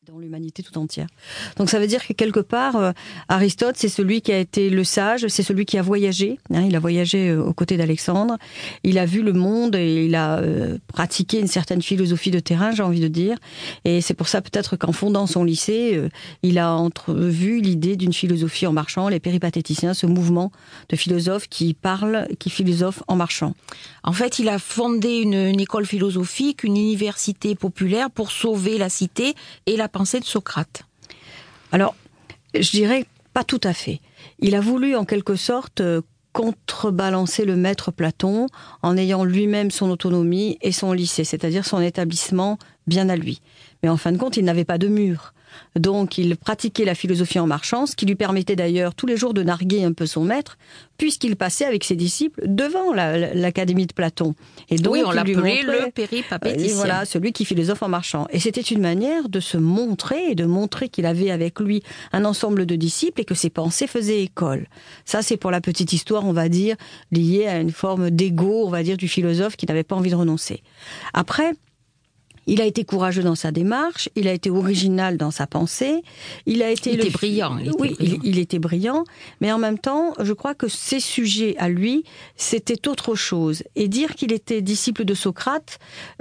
dans l'humanité tout entière. Donc ça veut dire que quelque part, Aristote, c'est celui qui a été le sage, c'est celui qui a voyagé. Il a voyagé aux côtés d'Alexandre. Il a vu le monde et il a pratiqué une certaine philosophie de terrain, j'ai envie de dire. Et c'est pour ça peut-être qu'en fondant son lycée, il a entrevu l'idée d'une philosophie en marchant, les péripatéticiens, ce mouvement de philosophes qui parlent, qui philosophent en marchant. En fait, il a fondé une école philosophique, une université populaire pour sauver la cité et la pensée de Socrate. Alors, je dirais pas tout à fait. Il a voulu en quelque sorte contrebalancer le maître Platon en ayant lui-même son autonomie et son lycée, c'est-à-dire son établissement bien à lui. Mais en fin de compte, il n'avait pas de mur. Donc, il pratiquait la philosophie en marchant, ce qui lui permettait d'ailleurs tous les jours de narguer un peu son maître, puisqu'il passait avec ses disciples devant l'académie de Platon. Et donc, oui, on l'appelait le péripatéticien. Voilà, celui qui philosophe en marchant. Et c'était une manière de se montrer et de montrer qu'il avait avec lui un ensemble de disciples et que ses pensées faisaient école. Ça, c'est pour la petite histoire, on va dire, liée à une forme d'ego, on va dire, du philosophe qui n'avait pas envie de renoncer. Après, il a été courageux dans sa démarche, il a été original dans sa pensée, il était brillant. Il était brillant, mais en même temps, je crois que ses sujets à lui, c'était autre chose. Et dire qu'il était disciple de Socrate,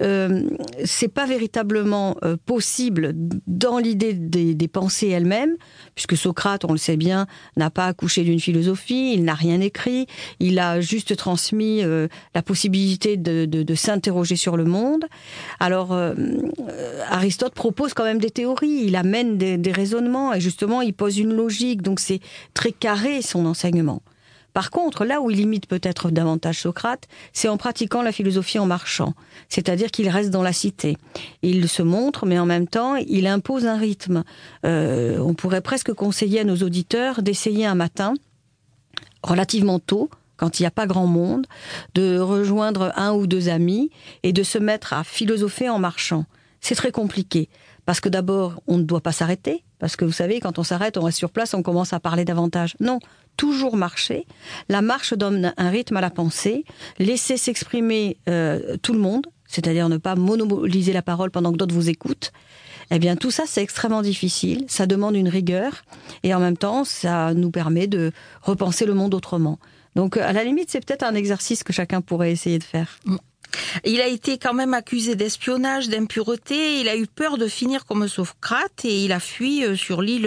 c'est pas véritablement possible dans l'idée des pensées elles-mêmes, puisque Socrate, on le sait bien, n'a pas accouché d'une philosophie, il n'a rien écrit, il a juste transmis la possibilité de s'interroger sur le monde. Alors, Aristote propose quand même des théories, il amène des raisonnements et justement il pose une logique, donc c'est très carré son enseignement. Par contre, là où il imite peut-être davantage Socrate, c'est en pratiquant la philosophie en marchant, c'est-à-dire qu'il reste dans la cité. Il se montre, mais en même temps, il impose un rythme. On pourrait presque conseiller à nos auditeurs d'essayer un matin, relativement tôt, quand il n'y a pas grand monde, de rejoindre un ou deux amis et de se mettre à philosopher en marchant. C'est très compliqué, parce que d'abord, on ne doit pas s'arrêter, parce que vous savez, quand on s'arrête, on reste sur place, on commence à parler davantage. Non, toujours marcher. La marche donne un rythme à la pensée, laisser s'exprimer tout le monde, c'est-à-dire ne pas monopoliser la parole pendant que d'autres vous écoutent. Eh bien, tout ça, c'est extrêmement difficile, ça demande une rigueur, et en même temps, ça nous permet de repenser le monde autrement. Donc, à la limite, c'est peut-être un exercice que chacun pourrait essayer de faire. Il a été quand même accusé d'espionnage, d'impureté. Il a eu peur de finir comme Socrate et il a fui sur l'île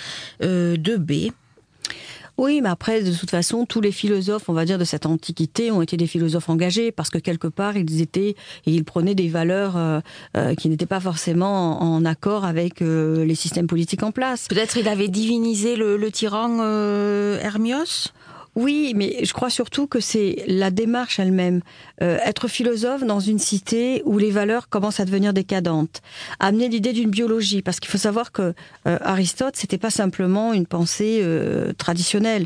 de B. Oui, mais après, de toute façon, tous les philosophes, on va dire, de cette antiquité ont été des philosophes engagés parce que quelque part, ils prenaient des valeurs qui n'étaient pas forcément en accord avec les systèmes politiques en place. Peut-être il avait divinisé le tyran Hermios ? Oui, mais je crois surtout que c'est la démarche elle-même. Être philosophe dans une cité où les valeurs commencent à devenir décadentes. Amener l'idée d'une biologie, parce qu'il faut savoir que Aristote, c'était pas simplement une pensée traditionnelle.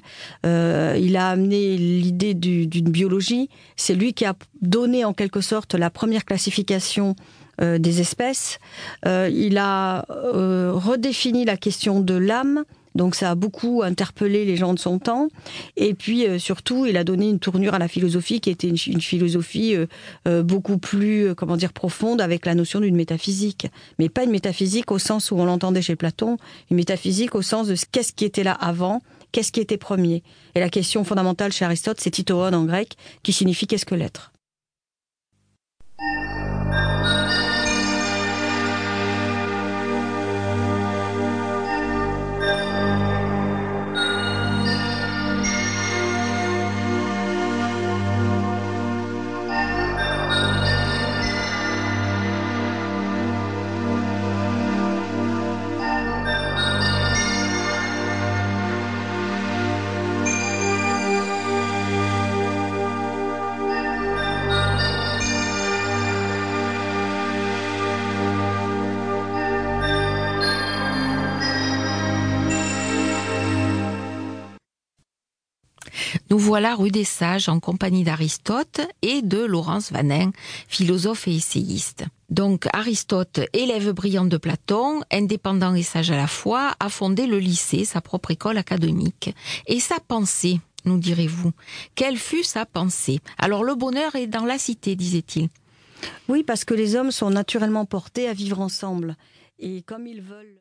Il a amené l'idée d'une biologie. C'est lui qui a donné en quelque sorte la première classification des espèces. Il a redéfini la question de l'âme. Donc ça a beaucoup interpellé les gens de son temps. Et puis surtout, il a donné une tournure à la philosophie qui était une philosophie beaucoup plus, profonde avec la notion d'une métaphysique. Mais pas une métaphysique au sens où on l'entendait chez Platon, une métaphysique au sens de qu'est-ce qui était là avant, qu'est-ce qui était premier. Et la question fondamentale chez Aristote, c'est titoon en grec, qui signifie qu'est-ce que l'être. Nous voilà rue des Sages en compagnie d'Aristote et de Laurence Vanin, philosophe et essayiste. Donc Aristote, élève brillant de Platon, indépendant et sage à la fois, a fondé le lycée, sa propre école académique. Et sa pensée, nous direz-vous, quelle fut sa pensée ? Alors le bonheur est dans la cité, disait-il. Oui, parce que les hommes sont naturellement portés à vivre ensemble. Et comme ils veulent